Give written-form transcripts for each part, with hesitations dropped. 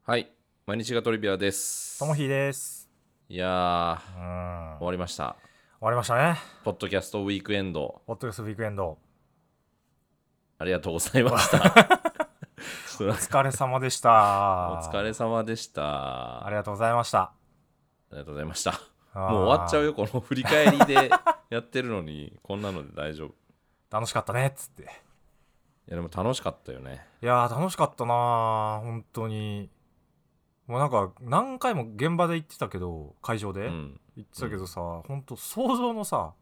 はい、毎日がトリビアです。 ともひーです。 いやー、終わりました。 終わりましたね。 ポッドキャストウィークエンド、 ポッドキャストウィークエンド。 ありがとうございました。ちょっとおなんか疲れ様でしお疲れた。 様でした。 ありがとうございました。 ありがとうございました。もう終わっちゃうあよ、この振り返りでやってるのに、こんなので大丈夫。い楽しかったねっつって。 や、でも楽しかったよね。 いやー楽しかったなー本当に。もうなんか何回も現場で行ってたけど、会場でうん。 行ってたけどさ、本当想像のさ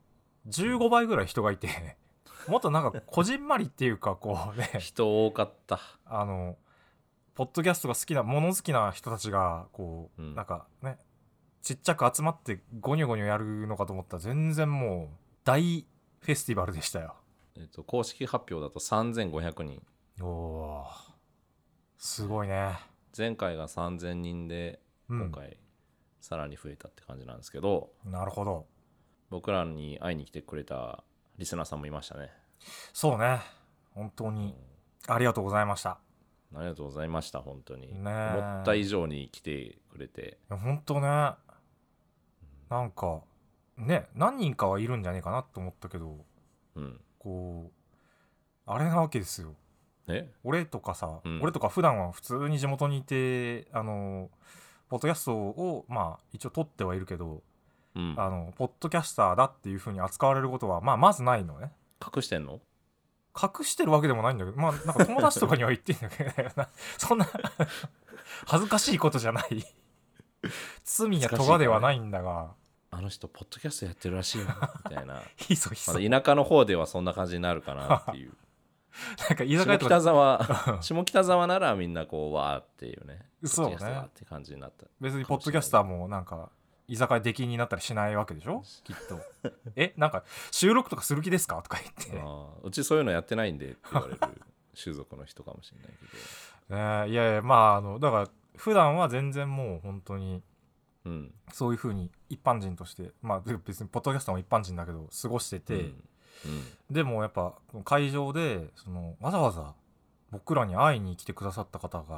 15倍ぐらい人がいてもっとなんかこじんまりっていうかこうね人多かった。 ポッドキャストが好きな物好きな人たちがこう、 うんなんかねちっちゃく集まってゴニョゴニョやるのかと思ったら全然もう大フェスティバルでしたよ。 公式発表だと3500人。 おーすごいね。 前回が3000人で、 うん今回さらに増えたって感じなんですけど、 なるほど。 僕らに会いに来てくれたリスナーさんもいましたね。 そうね本当にありがとうございました。 ありがとうございました。本当にねえ思った以上に来てくれて、 いや本当ねなんかね何人かはいるんじゃねえかなと思ったけどうん、 こうあれなわけですよ。 え、 俺とかさ、 うん俺とか普段は普通に地元にいてポッドキャストをまあ一応撮ってはいるけどうん、 ポッドキャスターだっていう風に扱われることはまずないのね。 隠してんの？ 隠してるわけでもないんだけどまあなんか友達とかには言ってんだけどねそんな恥ずかしいことじゃない罪や咎ではないんだが、 あの人ポッドキャストやってるらしいよみたいな。 ひそひそ、 まだ田舎の方ではそんな感じになるかなっていう。 なんか居酒下屋とか北沢下北沢ならみんなこうわーっていうね、 そうねポッドキャストだって感じになった。 別にポッドキャスターもなんか居酒屋出禁になったりしないわけでしょきっとなんか収録とかする気ですかとか言ってうちそういうのやってないんでって言われる種族の人かもしれないけいやいやまあだから普段は全然もう本当にど、うん、 そういう風に一般人としてまあ別にポッドキャスターも一般人だけど過ごしてて、 うんでもやっぱ会場でわざわざ僕らに会いに来てくださった方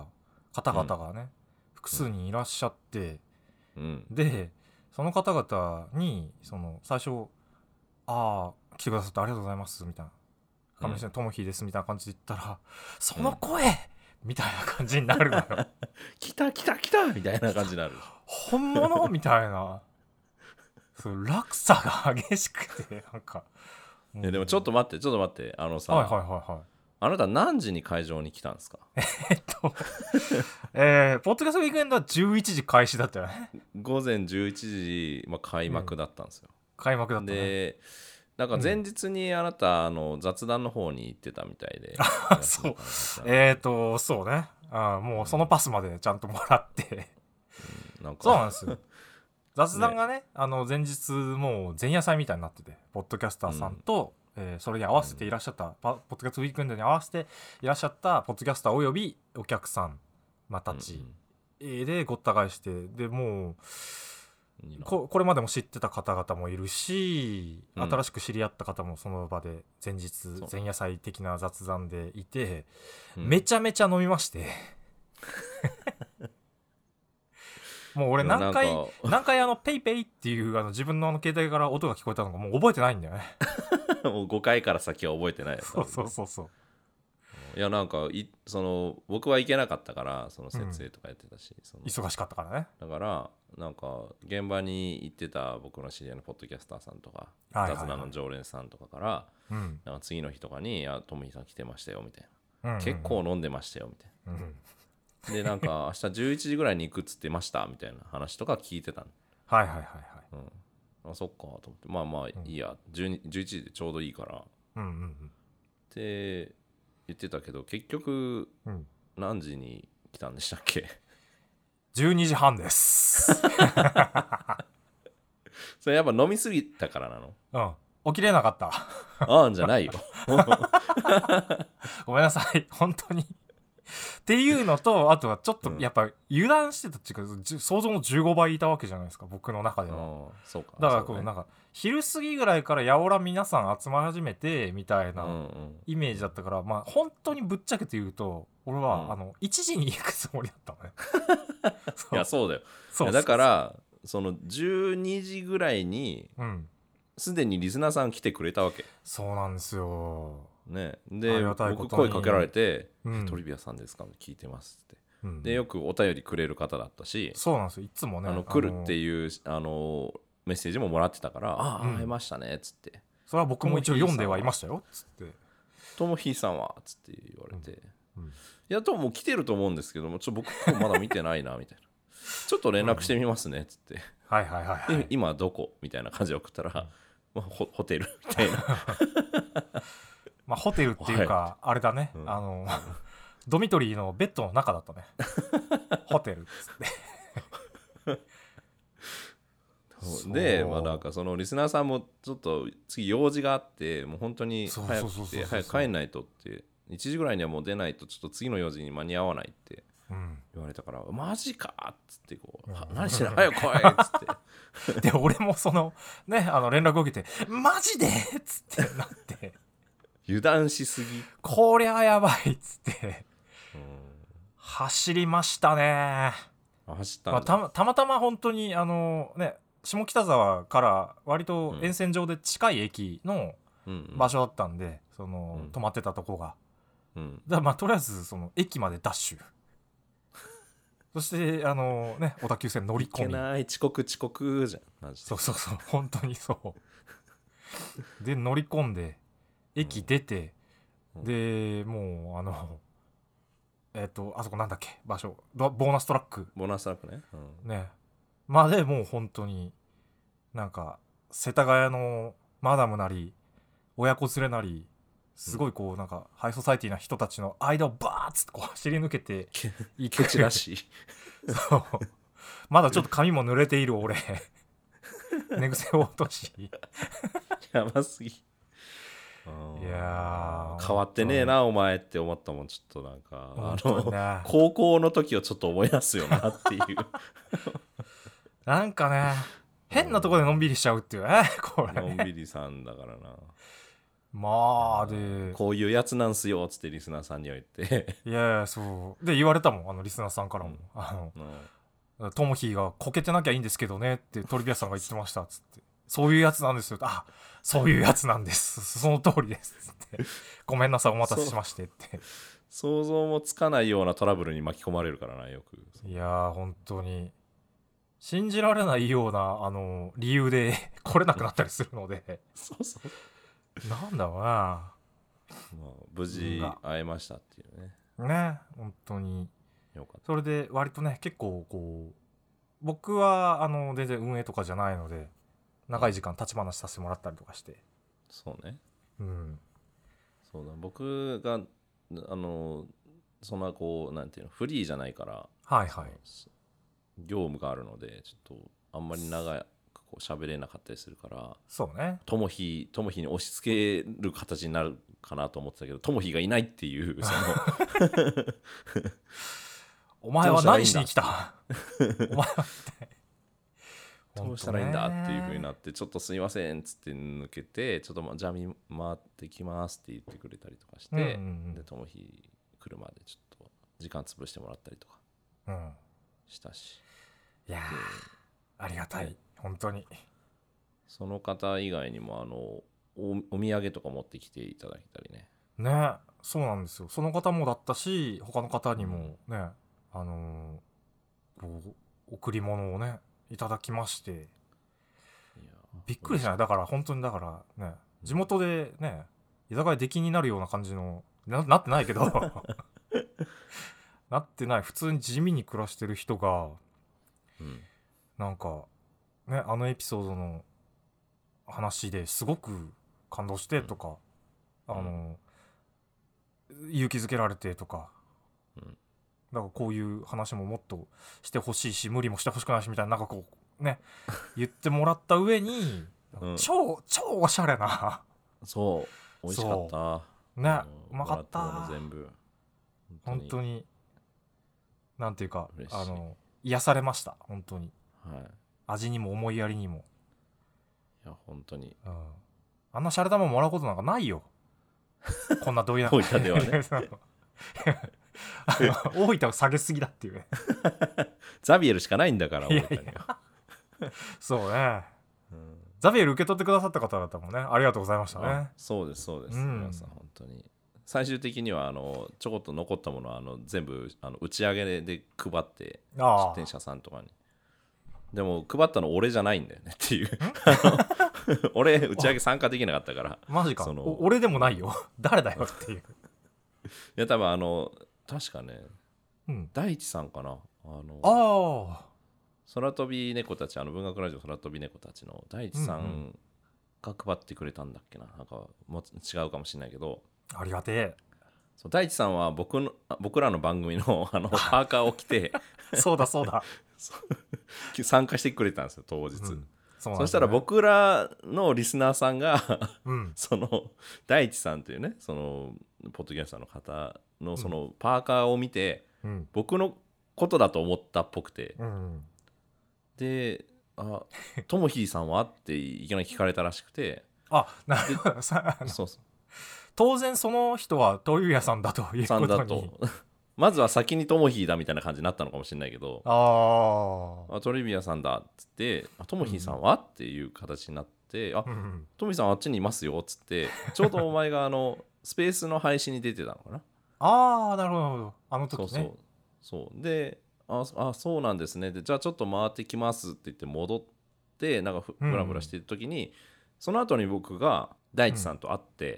々がね、複数人いらっしゃって、 うん、 でその方々に最初来てくださってありがとうございますみたいな上白石ともひですみたいな感じで言ったら、その声、みたいな感じになるのよ来た来た来たみたいな感じになる。 本物みたいなそう落差が激しくてなんかでもちょっと待ってちょっと待って、あのさ、 はいはいはいはいあなた何時に会場に来たんですか？ ポッドキャストウィークエンドは11時開始だったよね。 午前11時、開幕だったんですよ、 開幕だったね。 でなんか前日にあなた、雑談の方に行ってたみたいで、 そうそうねもうそのパスまでちゃんともらってなんかそうなんですよ雑談がね前日もう前夜祭みたいになっててポッドキャスターさんと、それに合わせていらっしゃった、ポッドキャストウィークエンドに合わせていらっしゃったポッドキャスターおよびお客さんたち、でごった返してでもういいなこれまでも知ってた方々もいるし、 うん新しく知り合った方もその場で前日そう前夜祭的な雑談でいて、 うんめちゃめちゃ飲みましてもう俺何回ペイペイっていう自分の携帯から音が聞こえたのがもう覚えてないんだよねもう5回から先は覚えてないよそういやなんか僕は行けなかったからその設営とかやってたし、 忙しかったからね。 だからなんか現場に行ってた僕の知り合いのポッドキャスターさんとか、 はいはいはい雑談の常連さんとかから、 うんなんか次の日とかに「ともひさん来てましたよ」みたいな、 うんうんうん、 結構飲んでましたよみたいな、でなんか明日11時ぐらいに行くっつってましたみたいな話とか聞いてたの。 はいはいはいはい、 そっかと思ってまあいいや、11時でちょうどいいからって言ってたけど結局何時に来たんでしたっけ 12時半ですそれやっぱ飲みすぎたからなの？ 起きれなかったあんじゃないよごめんなさい本当にっていうのとあとはちょっとやっぱ油断してたっていうか想像の15倍いたわけじゃないですか僕の中では。 そうかだからこうなんか昼過ぎぐらいからやおら皆さん集まり始めてみたいなイメージだったから、まあ本当にぶっちゃけて言うと俺は1時に行くつもりだったのねいやそうだよ。 そういやだからその12時ぐらいにうんすでにリスナーさん来てくれたわけそうなんですよ。 ね。 あでりがたいことに僕声かけられて「 うんトリビアさんですか?」聞いてますって。 うんでよくお便りくれる方だったし、 そうなんですよ。いつもね来るっていうメッセージももらってたから「ああうん会えましたね」っつってそれは僕も一応読んではいましたよっつって 「ともひーさんは?」っつって言われてうんいやともう来てると思うんですけども僕今日まだ見てないなみたいなちょっと連絡してみますねっつってはいはいはいはい今どこみたいな感じで送ったら、まあ、ホテルみたいなまあホテルっていうかあれだねうんドミトリーのベッドの中だったねホテルっつってそうでまあなんかそのリスナーさんもちょっと次用事があってもう本当に早くて早く帰んないとって1時ぐらいにはもう出ないとちょっと次の用事に間に合わないって言われたから、マジかっつってこう、何してんの早く来いっつってで俺もそのね連絡を受けてマジでっつってなって油断しすぎ、 こりゃやばいっつって走りましたね。 走ったまあ、 んだ、 たまたま本当にね下北沢から割と沿線上で近い駅の場所だったんで、その泊まってたとこが、だからまあとりあえずその駅までダッシュそしてね小田急線乗り込みいけない遅刻じゃんマジで。 そう本当にそうで乗り込んで駅出て、でもうあそこなんだっけ場所ボーナストラックね、 ねまあでもう本当になんか世田谷のマダムなり親子連れなりすごいこうなんかハイソサイティな人たちの間をバーッつってこう走り抜けていけちらしいそうまだちょっと髪も濡れている俺寝癖を落としやばすぎ。いや変わってねえなお前って思ったもん。ちょっとなんかね高校の時をちょっと思い出すよなっていうなんかね変なとこでのんびりしちゃうっていうねこれのんびりさんだからな。 まあでこういうやつなんすよっつってリスナーさんには言っていやそうで言われたもんリスナーさんからも、トモヒーがこけてなきゃいいんですけどねってトリビアさんが言ってましたっつってそういうやつなんですよあそういうやつなんですその通りですっつってごめんなさいお待たせしましてって想像もつかないようなトラブルに巻き込まれるからなよく。 いやー本当に信じられないような理由で来れなくなったりするのでそうなんだろうな、 まあ、無事会えましたっていうね本当によかった。 それで割とね結構こう僕は全然運営とかじゃないので長い時間立ち話させてもらったりとかしてそうね。 そうだ僕がそんなこうなんていうのフリーじゃないからはいはい業務があるのでちょっとあんまり長くこう喋れなかったりするからそうねともひに押し付ける形になるかなと思ってたけどともひがいないっていうお前は何しに来たお前はどうしたらいいんだっていう風になってちょっとすいませんっつって抜けてちょっとじゃあ見回ってきますって言ってくれたりとかして、でともひ来るまでちょっと時間潰してもらったりとかしたし、 いやありがたい本当にその方以外にもお土産とか持ってきていただいたりね。 ねそうなんですよ。その方もだったし他の方にもね、贈り物をねいただきまして、いやびっくりしない。だから本当にだからね地元でね居酒屋出禁になるような感じの なってないけどなってない普通に地味に暮らしてる人が、なんかねエピソードの話ですごく感動してとか、勇気づけられてとか、だからこういう話ももっとしてほしいし無理もしてほしくないしみたいななんかこうね言ってもらった上に、超おしゃれなそう美味しかったね、うまかったも全部本当になんていうか癒されました本当に、味にも思いやりにも。 いや本当に、 あんなシャレ玉もらうことなんかないよこんなどうや大分ではね大分を下げすぎだっていうねザビエルしかないんだからいやい大分には。 やそうね、 うん、 ザビエル受け取ってくださった方々もねありがとうございましたね。 そうですそうです、 うん、 皆さん本当に最終的にはちょこっと残ったものは全部打ち上げで配って出店者さんとかに。でも配ったの俺じゃないんだよねっていう俺打ち上げ参加できなかったから。 マジか俺でもないよ誰だよっていういや多分確かね、 うん、 大地さんかな空飛び猫たち文学ラジオ空飛び猫たちの大地さんが配ってくれたんだっけな、なんかも違うかもしれないけど、 ありがてえ。 そう大地さんは僕らの番組のパーカーを着てそうだそうだ参加してくれたんですよ当日、 うんそしたら僕らのリスナーさんがうん、 その大地さんというねそのポッドキャスターの方のそのパーカーを見て、 うん、 僕のことだと思ったっぽくて、 うん、 でともひーさんはっていきなり聞かれたらしくて、 なるほどそう当然その人は鳥屋さんだというさんことにだとまずは先にともひーだみたいな感じになったのかもしれないけど、トリビアさんだっつってともひーさんは、っていう形になって、トモヒーさんあっちにいますよっつってちょうどお前がスペースの配信に出てたのかななるほどあの時ね。 そうでそうなんですねでじゃあちょっと回ってきますって言って戻ってなんかフラフラしてる時に、その後に僕が大地さんと会って、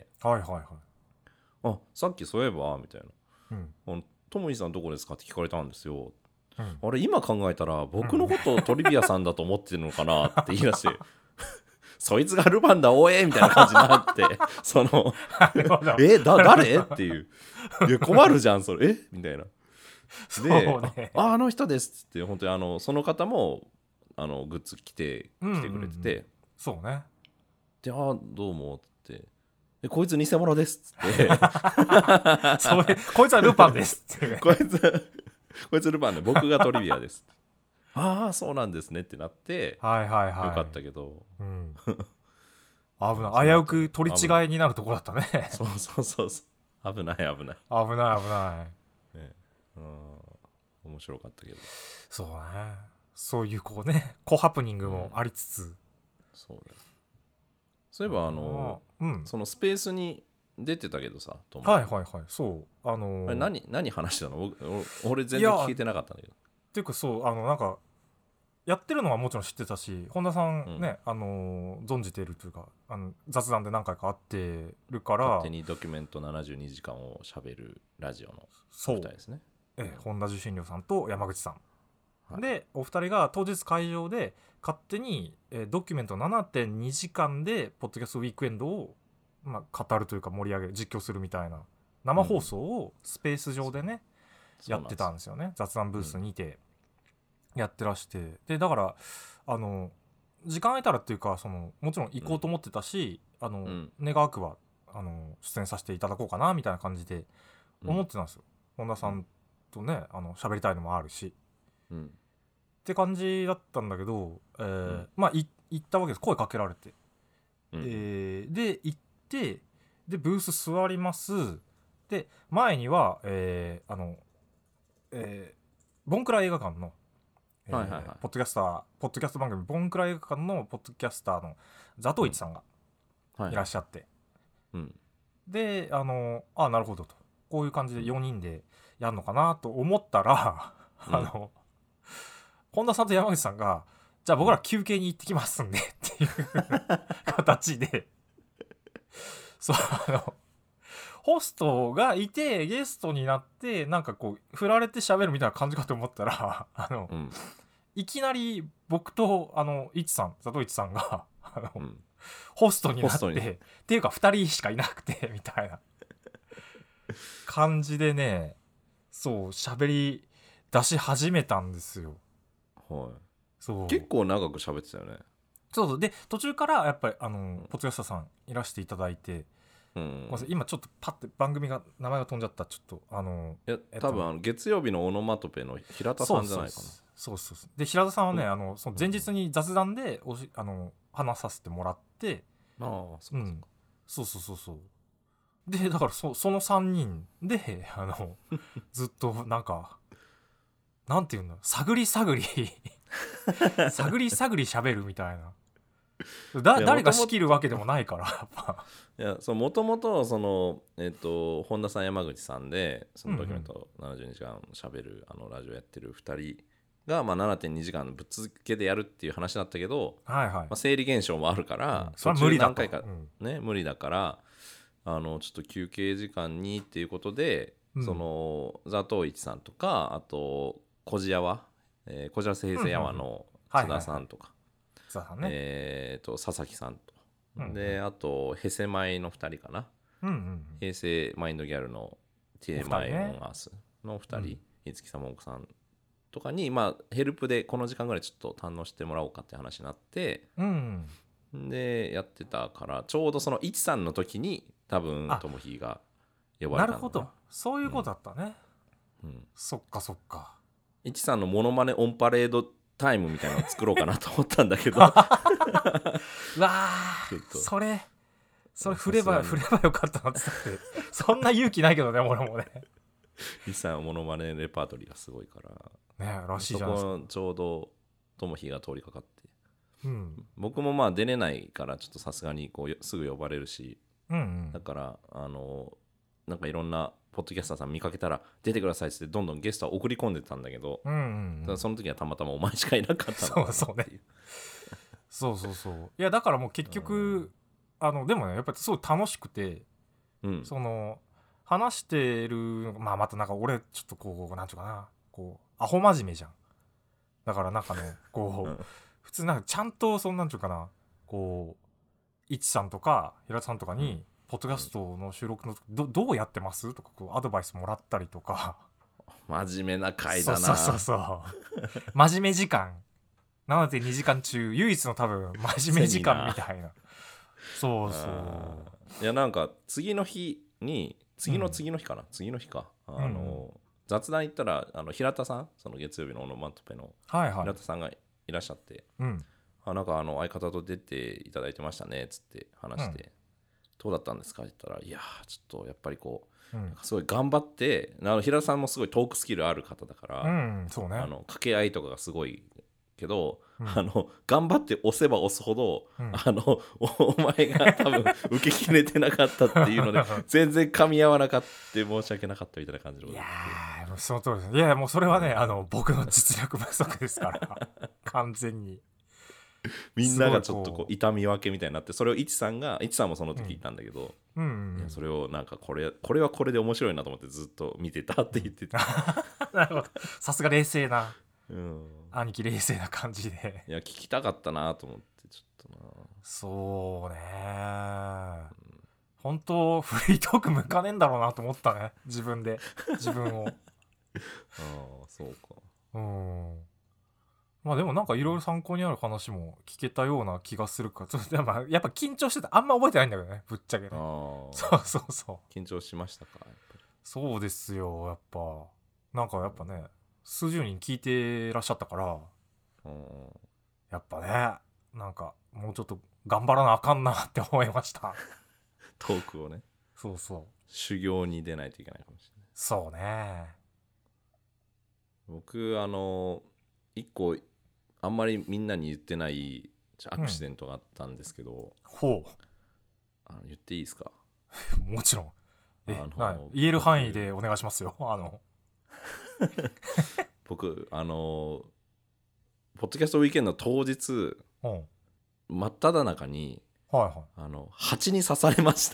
はいはいはい、 さっきそういえばみたいな、 ともひーさんどこですかって聞かれたんですよ、 あれ今考えたら僕のことをトリビアさんだと思ってるのかなって言い出してそいつがルパンだおえみたいな感じになって誰っていういや困るじゃんそれみたいなで、 ね、 あの人ですって本当にその方もグッズ来てくれてて、 そうねでどうもってこいつ偽物ですってこいつはルパンですってこいつルパンで僕がトリビアですそうなんですねってなって、 はいはいはい、 よかったけど、 危ない危うく取り違いになるところだったねそう危ない、 ね、 面白かったけど、 そうねそういうこうね小ハプニングもありつつ、 そういえばそのスペースに出てたけどさはいそうあれ何話してたの俺全然聞けてなかったんだけどっていうかそうなんかやってるのはもちろん知ってたし本田さんね、存じているというか雑談で何回か会ってるから勝手にドキュメント72時間をしゃべるラジオのお二人ですね。 本田受信料さんと山口さん、でお二人が当日会場で勝手に、ドキュメント 7.2 時間でポッドキャストウィークエンドを、語るというか盛り上げ実況するみたいな生放送をスペース上でね、やってたんですよね。雑談ブースにてやってらして、でだから時間空いたらっていうかもちろん行こうと思ってたし、願わくは出演させていただこうかなみたいな感じで思ってたんですよ、本田さんとね喋りたいのもあるし、って感じだったんだけど、行ったわけです。声かけられて、で行ってでブース座ります。で前にはボンクラ映画館のポッドキャスト番組ボンクラ映画館のポッドキャスターのザトウイチさんがいらっしゃって、でなるほどと、こういう感じで4人でやるのかなと思ったら本田さんと山口さんがじゃあ僕ら休憩に行ってきますんでっていう形でそうホストがいてゲストになってなんかこう振られて喋るみたいな感じかと思ったらいきなり僕と佐藤一さんがホストになってっていうか2人しかいなくてみたいな感じでね、そう喋り出し始めたんですよ。そう結構長く喋ってたよね。 そうで途中からやっぱりポッドキャスターさんいらしていただいて、今ちょっとパッて番組が名前が飛んじゃった。ちょっと多分月曜日のオノマトペの平田さんじゃないかな。 そうで平田さんはね、その前日に雑談で話させてもらって、そうでだからその3人でずっとなんかなんていうの探り探り探り探り喋るみたいな。誰が仕切るわけでもないからやっぱ。 いやもともとその本田さん山口さんでそのドキュメント72時間しゃべるラジオやってる2人が、まあ、7.2 時間ぶっ続けでやるっていう話だったけど、 はいはい、 まあ、生理現象もあるから、 それは無理だと何回か、ね、無理だからちょっと休憩時間にっていうことで、そのザトウイチさんとかあとこじやわ、こじらせ平成やわの津田さんとか、佐々木さんと、であとヘセマイの2人かな、平成マインドギャルの TMI オンアースの2人、五木さんもんこさんとかに、まあ、ヘルプでこの時間ぐらいちょっと堪能してもらおうかって話になって、でやってたからちょうどそのいちさんの時に多分ともひが呼ばれたんだ、ね、 なるほどそういうことだったね、そっかそっか。 いちさんのモノマネオンパレードタイムみたいなのを作ろうかなと思ったんだけどわそれ振ればよかったなってってそんな勇気ないけどね俺もね。 いちさんはモノマネレパートリーがすごいからねらしいじゃないですか。 そこちょうどともひが通りかかって、僕もまあ出れないからちょっとさすがにこうすぐ呼ばれるし、だからなんかいろんなポッドキャスターさん見かけたら出てくださいってどんどんゲストは送り込んでたんだけど、その時はたまたまお前しかいなかったのかなっていう。 そうねそういやだからもう結局でもねやっぱりすごい楽しくて、その話してるまたなんか俺ちょっとこうなんていうかなこうアホ真面目じゃん。だからなんかねこう普通なんかちゃんとそんなんていうかなこういちさんとか平田さんとかに、ポッドキャストの収録のどうやってますとかこうアドバイスもらったりとか。 真面目な回だな。 そう真面目時間 7.2 時間中唯一の多分真面目時間みたいな。そういやなんか次の日かな、次の日か雑談行ったら平田さんその月曜日のオノマトペの平田さんがいらっしゃって、なんか相方と出ていただいてましたねっつって話して、どうだったんですかって言ったらいやちょっとやっぱりこう、すごい頑張って平田さんもすごいトークスキルある方だから、 そうね、 掛け合いとかがすごいけど、頑張って押せば押すほど、お前が多分受けきれてなかったっていうので全然噛み合わなかった申し訳なかったみたいな感じの。 いやもうその通りです。いやもうそれはね僕の実力不足ですから完全にみんながちょっとこう痛み分けみたいになって、それをいちさんもその時言ったんだけど、いやそれをなんかこれはこれで面白いなと思ってずっと見てたって言ってたなるほど、さすが冷静な、兄貴冷静な感じで。 いや聞きたかったなと思ってちょっとな。 そうね、本当フリートーク向かねえんだろうなと思ったね自分をそうか。 まあでもなんかいろいろ参考になる話も聞けたような気がするから、ちょっとやっぱ緊張してた、あんま覚えてないんだけどねぶっちゃけね。そう緊張しましたかやっぱり。 そうですよ、やっぱなんかやっぱね数十人聞いてらっしゃったから、やっぱねなんかもうちょっと頑張らなあかんなって思いましたトークをね、 そう修行に出ないといけないかもしれない。 そうね。 僕一個あんまりみんなに言ってないアクシデントがあったんですけど、言っていいですか？ もちろん。言える範囲でお願いしますよ。 僕ポッドキャストウィーケンド当日、真っ只中に、蜂に刺されました。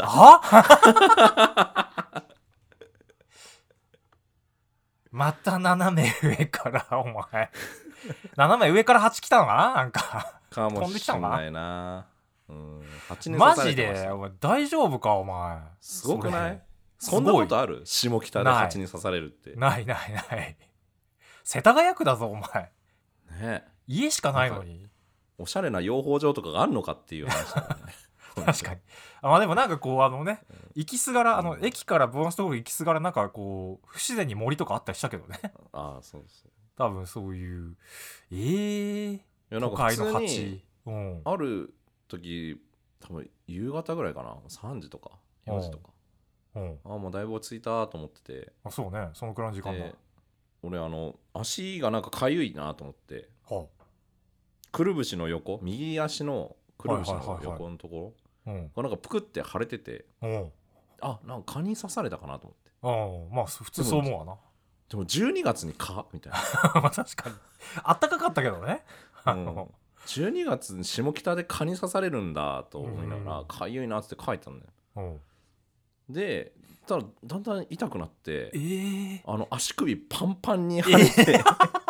また斜め上からお前斜め上から蜂来たのかな、なんかかもしれないな。蜂に刺されてました。マジでお前大丈夫かお前。 すごくない？そんなことある？下北で蜂に刺されるって。 ない世田谷区だぞお前ね。 家しかないのにおしゃれな養蜂場とかがあるのかっていう話だよね確かに。でもなんかこう行きすがら駅からボーナストーク行きすがらなんかこう不自然に森とかあったりしたけどねそう多分そういう都会の蜂、ある時多分夕方ぐらいかな、3時とか4時とか、 もうだいぶ落ち着いたと思ってて、 そうね、そのくらいの時間だ。 俺足がなんかかゆいなと思って、くるぶしの横、右足のくるぶしの横のところがなんかぷくって腫れてて、なんか蚊に刺されたかなと思って。 まあ普通そう思うわな。 でも12月に蚊みたいなまあ確かにあったかかったけどね、 12月に下北で蚊に刺されるんだと思いながら、かゆいなって書いたんだよ。でただだんだん痛くなって、足首パンパンに腫れて、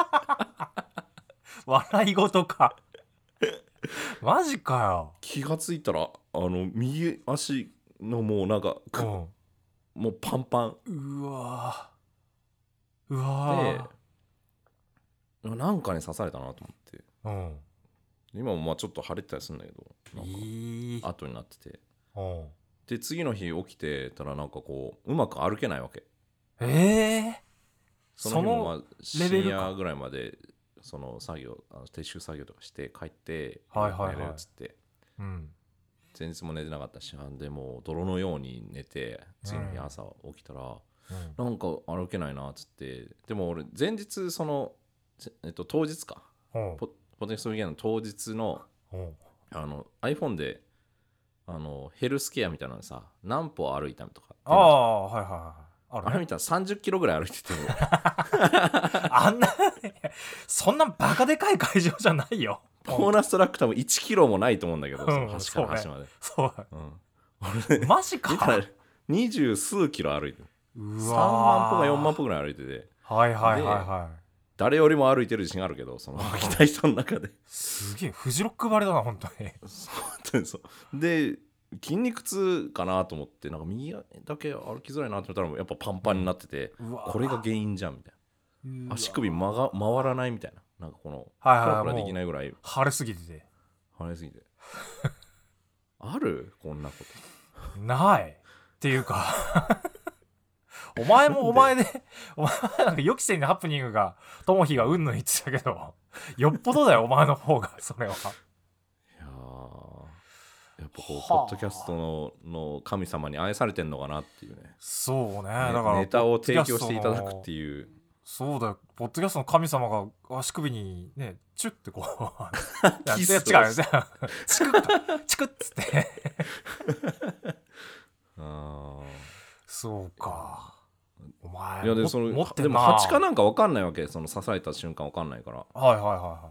笑い事かマジかよ。 気がついたら右足のもうなんかもうパンパン。 うわでなんかに刺されたなと思って、今もまあちょっと腫れてたりするんだけど、なんか後になってて、で次の日起きてたらなんかこううまく歩けないわけ。その日もまあ深夜ぐらいまでその作業撤収作業とかして帰って寝るっつって、前日も寝てなかったし、でもう泥のように寝て次の日朝起きたら、なんか歩けないなっつって。でも俺前日その、当日か、ポッドキャストウィークエンドの当日のiPhone でヘルスケアみたいなのさ、何歩歩いたとか、あれ見たら30キロぐらい歩いててあんなそんなバカでかい会場じゃないよ。 ボーナストラック多分1キロもないと思うんだけど、その端から端まで。 そうマジか。 見たら20数キロ歩いてる。3万歩か4万歩ぐらい歩いてて、誰よりも歩いてる自信あるけど、その来た人の中で。 すげえフジロックばりだな本当に。 本当にそうで、筋肉痛かなと思って、なんか右だけ歩きづらいなと思ったらやっぱパンパンになってて、これが原因じゃんみたいな。足首回らないみたいな、なんかこのプラプラできないぐらい腫れすぎてあるこんなことないっていうかお前もお前でお前なんか予期せぬハプニングがともひがうんぬん言ってたけど、よっぽどだよお前の方がそれは。 やっぱこうポッドキャスト の神様に愛されてんのかなっていうね。 そうね、だからネタを提供していただくっていう。 そうだよ、ポッドキャストの神様が足首にねチュッてこうキスを違うチクッつってそうか。お前いやでも蜂かなんか分かんないわけ、その刺された瞬間分かんないから。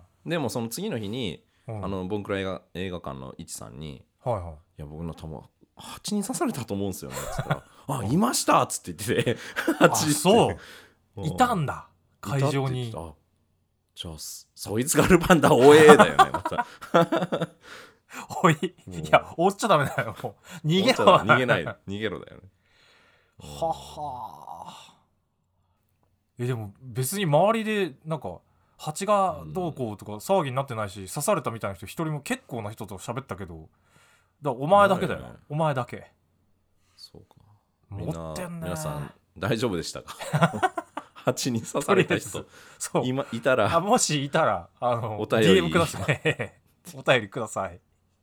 でもその次の日にボンクラ映画館のイチさんに、いや僕の多分蜂に刺されたと思うんですよねっつったらあいましたっつって言ってて蜂そういたんだ会場に。 じゃあそいつがルパンだおえだよねまたおいや追っちゃダメだよ、もう逃げろ逃げろだよね。 ははでも別に周りでなんか蜂がどうこうとか騒ぎになってないし、刺されたみたいな人一人も結構な人と喋ったけど、だお前だけだよ、お前だけ。 そうか。 持ってんね。 皆さん大丈夫でしたか蜂に刺された人今いたら、 もしいたらお便り DM くださいお便りください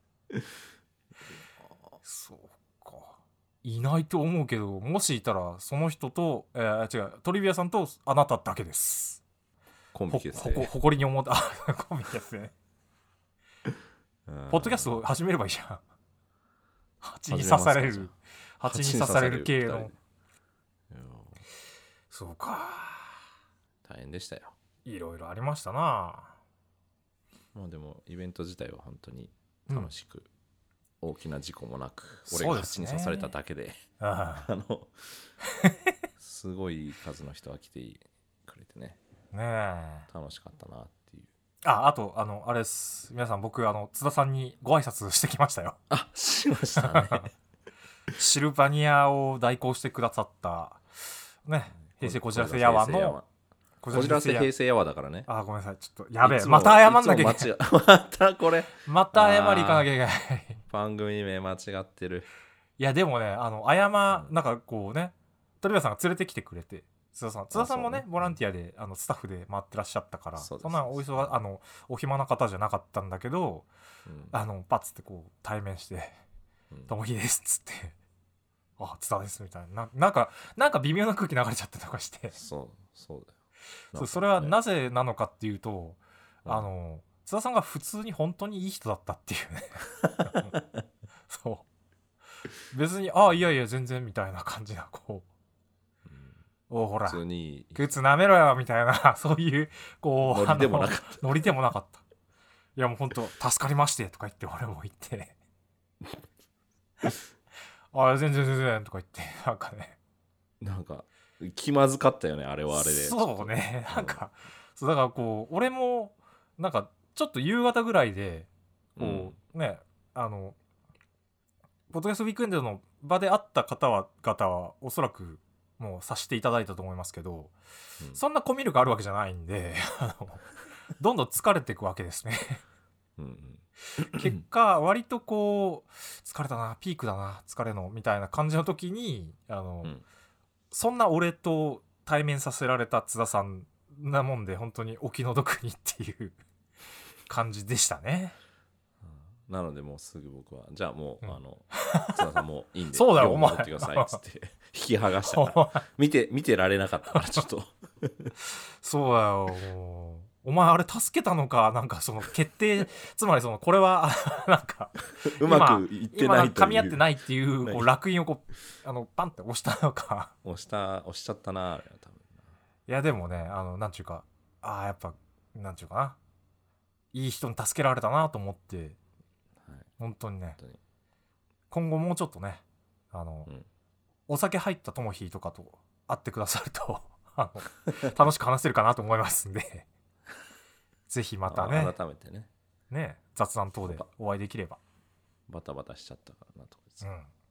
そうか、いないと思うけど、もしいたらその人と、違う、トリビアさんとあなただけです。 コンビですね。 誇りに思ったコンビですねポッドキャスト始めればいいじゃん。蜂に刺される系の。そうか、 大変でしたよ。 いろいろありましたな。 まあでもイベント自体は本当に楽しく、大きな事故もなく、俺が蜂に刺されただけで、すごい数の人が来てくれてね、楽しかったなっていう。 あとあれです、皆さん、僕津田さんにご挨拶してきましたよ。 しましたねシルバニアを代行してくださったね、平成こじらせやわのこじらせ平成やわだからね。 ごめんなさい、ちょっとやべえ、また謝んなきゃいけない。また謝り行かなきゃいけない番組名間違ってる。 いやでもね、なんかこうね、鳥羽さんが連れてきてくれて、津田さんもね、ボランティアでスタッフで回ってらっしゃったから、そんなお暇な方じゃなかったんだけど、パッつってこう対面して「ともひです」っつってあ津田ですみたいな、なんか微妙な空気流れちゃったりとかしてそうだよ。 それはなぜなのかっていうと、 うん、 津田さんが普通に本当にいい人だったっていうねそう別にいやいや全然みたいな感じなこう、ほら普通に靴舐めろよみたいなそういうこうノリでもなかった。 ノリでもなかった。いやもう本当助かりましてとか言って俺も言って全然とか言ってなんかねなんか気まずかったよね、あれはあれで。 そうねなんか、そうだからこう俺もなんかちょっと夕方ぐらいでこう、ねポッドキャストウィークエンドの場で会った方々はおそらくもう察していただいたと思いますけど、そんなコミュ力あるわけじゃないんでどんどん疲れていくわけですね結果割とこう疲れたなピークだな疲れのみたいな感じの時にそんな俺と対面させられた津田さんなもんで本当にお気の毒にっていう感じでしたね。 なのでもうすぐ僕はじゃあもう、津田さんもういいんでそうだよ業務戻ってくださいっつって引き剥がしたから見てられなかったからちょっとそうだよもうお前あれ助けたのかなんかその決定つまりそのこれはなんかうまくいってないという噛み合ってないっていうこう烙印をこうパンって押したのか押しちゃったなあれは多分。 いやでもねなんちゅうかやっぱなんちゅうかないい人に助けられたなと思って、本当にね今後もうちょっとねお酒入ったともひーとかと会ってくださると楽しく話せるかなと思いますんでぜひまたね改めてね雑談等でお会いできれば。 バタバタしちゃったからなとか、そう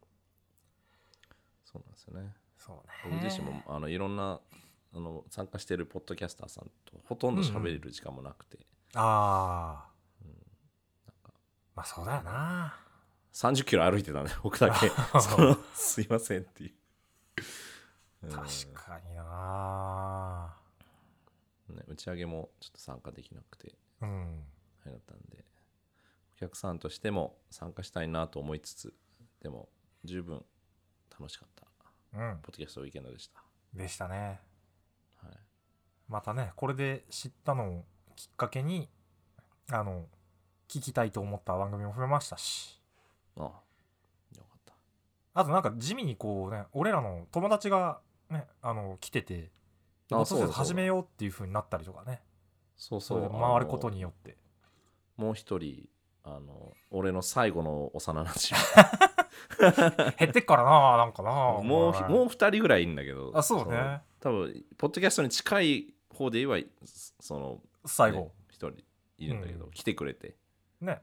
なんですよね。 そうね僕自身もいろんな参加してるポッドキャスターさんとほとんど喋れる時間もなくて、 まあそうだよな 30キロ歩いてたね僕だけすいませんっていう確かにな、 打ち上げもちょっと参加できなくて、あれだったんでお客さんとしても参加したいなと思いつつ、でも十分楽しかった、ポッドキャストウィーケンドでしたね、またねこれで知ったのをきっかけに聞きたいと思った番組も増えましたし、 よかった。 あとなんか地味にこうね俺らの友達がね来てて始めようっていう風になったりとかね、それで回ることによってもう一人俺の最後の幼なじみ減ってっからななんかなもう2人ぐらいいるんだけど、 そうね多分ポッドキャストに近い方で言えばその最後一人いるんだけど、来てくれてね、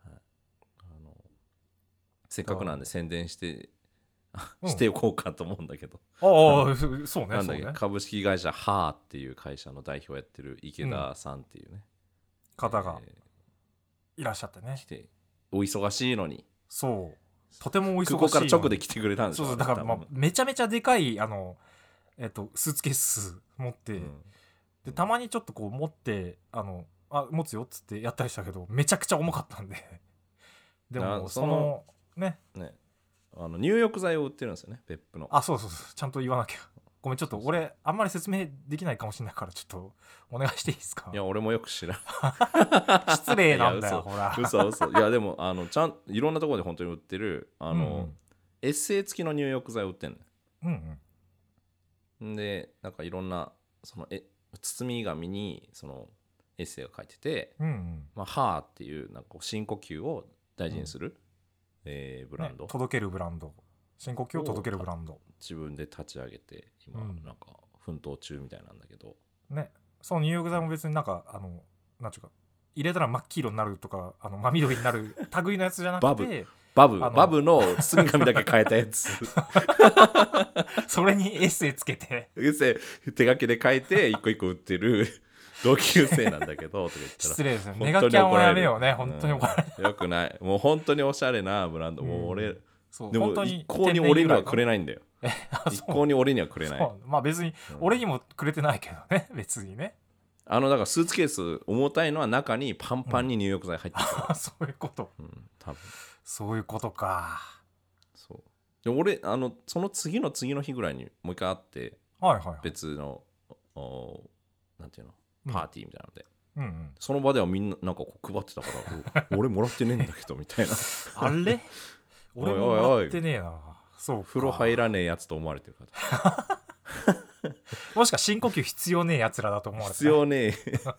せっかくなんで宣伝しておこうかと思うんだけど、 そうねなんだっけ、株式会社ハーっていう会社の代表やってる池田さんっていうね、 方がいらっしゃってね、 来てお忙しいのにそうとてもお忙しいのに空港から直で来てくれたんですよ。 そうだから、めちゃめちゃでかいスーツケース持って、でたまにちょっとこう持って持つよっつってやったりしたけどめちゃくちゃ重かったんででもそのね入浴剤を売ってるんですよね、別府の。 そうちゃんと言わなきゃ。ごめんちょっと俺あんまり説明できないかもしれないからちょっとお願いしていいですか。 いや俺もよく知らん失礼なんだよほら嘘いやでもいろんなところで本当に売ってるエッセイ付きの入浴剤を売ってるの、でなんかいろんなその包み紙にそのエッセイが書いてて、ハーっていうなんか深呼吸を大事にする、ブランド、 届けるブランド、深呼吸を届けるブランド自分で立ち上げて今なんか奮闘中みたいなんだけど、 その入浴剤も別になんかなんちゅうか入れたら真っ黄色になるとか真緑になる類のやつじゃなくてバブの包み紙だけ変えたやつそれにエッセイつけて手書きで書いて一個一個売ってる同級生なんだけどとか言ったら失礼ですね、ネガキャンはやめようね、本当に怒られる、 よくない、もう本当におしゃれなブランド、もう俺そうでも一向に俺にはくれないんだよ一向に俺にはくれない。 まあ別に俺にもくれてないけどね別にね、 だからスーツケース重たいのは中にパンパンに入浴剤入ってるから、 そういうこと、 多分そういうことか。 そうで俺その次の次の日ぐらいにもう一回会って、 はいはいはい、 別のなんていうのパーティーみたいなので、 うんうん、 その場ではみんななんかこう配ってたから俺もらってねえんだけどみたいなあれ俺ももらってねえな。そうか、 風呂入らねえやつと思われてるからもしか深呼吸必要ねえやつらだと思われて必要ねえ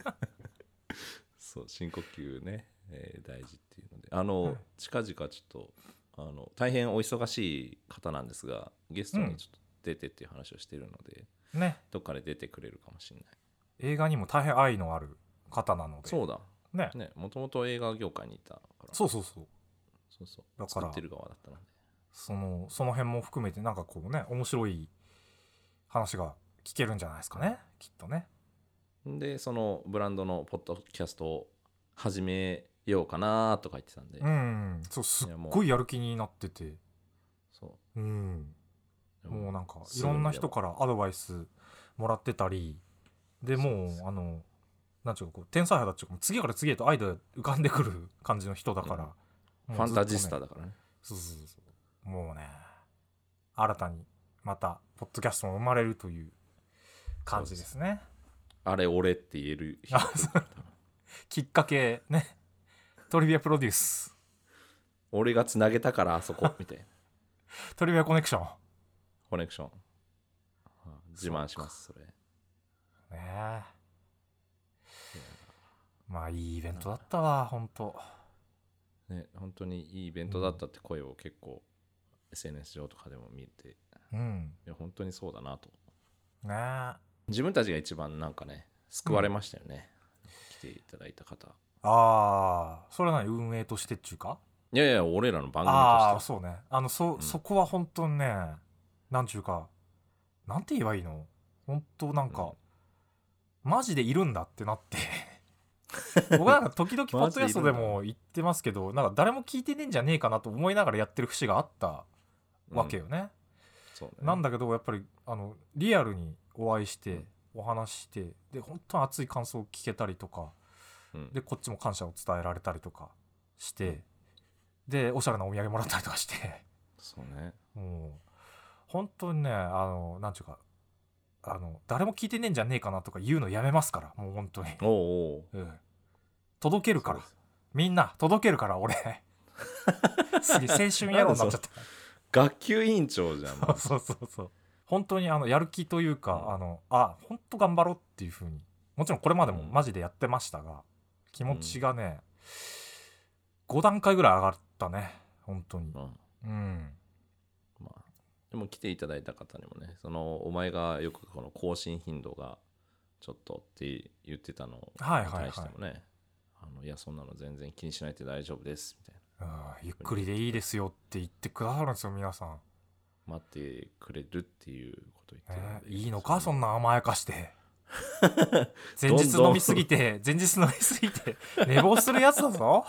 そう深呼吸ね、大事っていうので近々ちょっと大変お忙しい方なんですが、ゲストにちょっと出てっていう話をしているので、 ね、 どっかで出てくれるかもしれない。 映画にも大変愛のある方なので。 そうだね、 もともと映画業界にいたから。 そうそうそうだから作ってる側だったので、 その辺も含めてなんかこうね、面白い話が聞けるんじゃないですかね、きっとね。 でそのブランドのポッドキャストを始めようかなとか言ってたんで、 そうすっごいやる気になってて、 そうもうなんかいろんな人からアドバイスもらってたりで、もうなんちゅうかこう天才肌っていうか次から次へとアイデア浮かんでくる感じの人だから、 ファンタジスタだからね。 そうもうね、新たにまたポッドキャストも生まれるという感じですね。 あれ俺って言える人きっかけね、トリビアプロデュース、 俺がつなげたからあそこみたいなトリビアコネクション自慢します。それね。まあいいイベントだったわ、ほんとね。本当にいいイベントだったって声を結構 SNS 上とかでも見て、いや本当にそうだなとね。 自分たちが一番なんかね救われましたよね、来ていただいた方。 それは何、運営としてっていうか。 いやいや俺らの番組として。 そうね、そこは本当にね、なんちゅうか、なんて言えばいいの、本当なんか、マジでいるんだってなって僕なんか時々ポッドキャストでも言ってますけど、なんか誰も聞いてねえんじゃねえかなと思いながらやってる節があったわけよね。 そうね。 なんだけどやっぱりリアルにお会いしてお話してで本当に熱い感想を聞けたりとか、でこっちも感謝を伝えられたりとかして、でおしゃれなお土産もらったりとかしてそうね。 もう本当にね、なんちゅうか、誰も聞いてねえんじゃねえかなとか言うのやめますから、もう本当に。届けるから、みんな届けるから俺すげえ青春野郎になっちゃった学級委員長じゃんそう本当にやる気というか、本当頑張ろうっていう風に、もちろんこれまでもマジでやってましたが、気持ちがね、5段階ぐらい上がったね本当に。 でも来ていただいた方にもね、お前がよくこの更新頻度がちょっとって言ってたのに対してもね、いやそんなの全然気にしないで大丈夫ですみたいな、 ゆっくりでいいですよって言ってくださるんですよ皆さん。 待ってくれるっていうこと言ってるので、 いいのかそんな甘やかして前日飲みすぎて寝坊するやつだぞ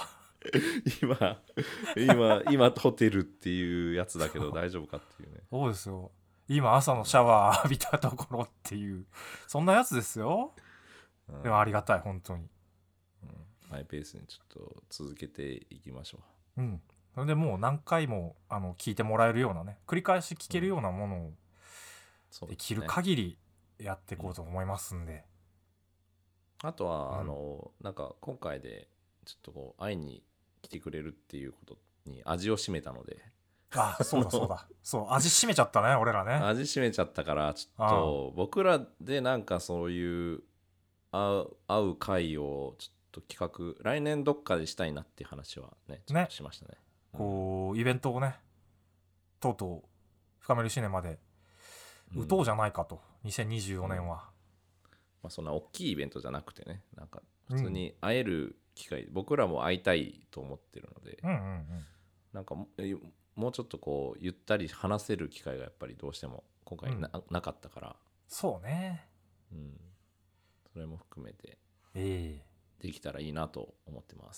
今ホテルっていうやつだけど大丈夫かっていうね。 そうですよ、今朝のシャワー浴びたところっていうそんなやつですよ。でもありがたい本当に、 マイペースにちょっと続けていきましょう。それでもう何回も聞いてもらえるようなね、繰り返し聞けるようなものをできる限りやっていこうと思いますんで、 あとはなんか今回でちょっとこう会いに来てくれるっていうことに味を占めたので、 そうだそう味占めちゃったね俺らね。 味占めちゃったからちょっと僕らでなんかそういう会う会をちょっと企画来年どっかでしたいなっていう話はねちょっとしましたね。 こうイベントをねとうとう深めるシネマで打とうじゃないかと、2024年は、 そんな大きいイベントじゃなくてね、なんか普通に会える機会、僕らも会いたいと思ってるので、なんかもうちょっとこうゆったり話せる機会がやっぱりどうしても今回 なかったから、 そうね、 それも含めてできたらいいなと思ってます。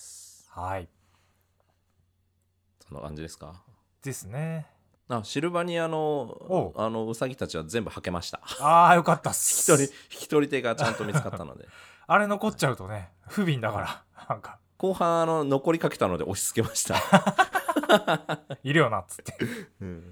はい、 そんな感じですか。 ですね。 シルバニアのウサギたちは全部はけました。 よかったっす。 引き取り手がちゃんと見つかったのであれ残っちゃうとね不憫だからなんか後半残りかけたので押し付けましたいるよなっつって、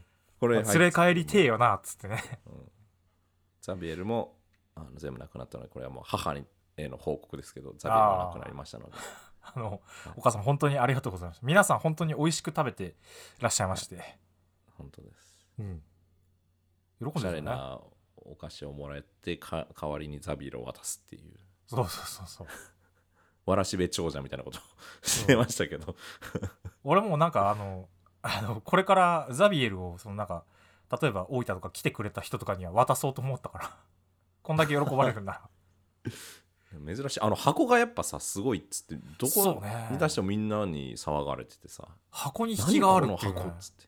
これ連れ帰りてえよなっつってね、 ザビエルも全部なくなったので、これはもう母への報告ですけど、ザビエルもなくなりましたのでお母さん本当にありがとうございます。皆さん本当に美味しく食べていらっしゃいまして、 本当です。 喜んでる、ね、 おしゃれなお菓子をもらって代わりにザビエルを渡すっていう、 そうそうそうそうわらしべ長者みたいなことしてましたけど俺もなんかこれからザビエルをなんか例えば大分とか来てくれた人とかには渡そうと思ったからこんだけ喜ばれるんなら珍しい。箱がやっぱさすごいっつって、どこに出してもみんなに騒がれててさ、 箱に引きがあるっていう、ね、 何この箱っつって、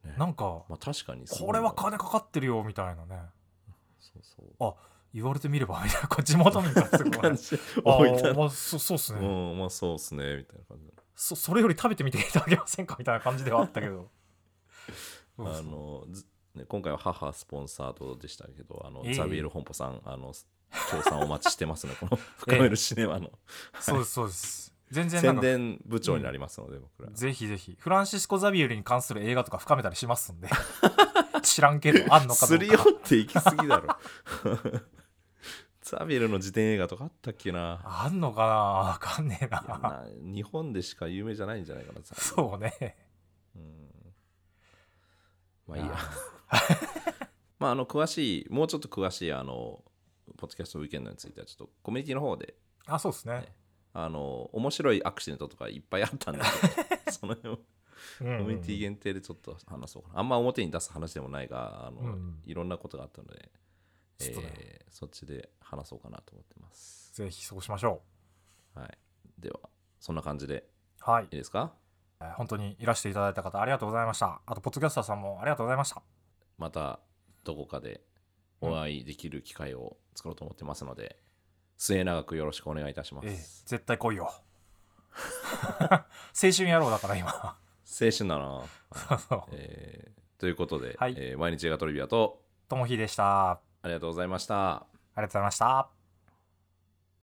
ね、 なんか、 まあ、確かにこれは金かかってるよみたいなね。 そうそう、 あ、言われてみればみたいな、地元民からすごい感じまあそうっすね、 まあそうっすねみたいな感じ。 それより食べてみていただけませんかみたいな感じではあったけどね、今回は母スポンサードでしたけど、ザビエル本舗さん協賛お待ちしてますねこの深めるシネマの、 そうですそうです。全然宣伝部長になりますので、僕らぜひぜひフランシスコ・ザビエルに関する映画とか深めたりしますんで知らんけどあんのかどうか。 すり寄っていきすぎだろザビエルの自伝映画とかあったっけな。 あんのかな、わかんねえな。 日本でしか有名じゃないんじゃないかな。 そうね、 まあいいやまあ詳しい、もうちょっと詳しいポッドキャストウィーケンドについてはちょっとコミュニティの方で、 そうですね、 面白いアクシデントとかいっぱいあったんでその辺をコミュニティ限定でちょっと話そうかな。あんま表に出す話でもないがいろんなことがあったので、そっちで話そうかなと思ってます。 ぜひそうしましょう。はい、ではそんな感じで、 はい、いいですか。 本当にいらしていただいた方ありがとうございました。あとポッドキャスターさんもありがとうございました。 またどこかでお会いできる機会を作ろうと思ってますので、末永くよろしくお願いいたします。 絶対来いよ青春野郎だから今青春だなということで、 はい、 毎日映画トリビアとともひでした。 ありがとうございました。 ありがとうございました。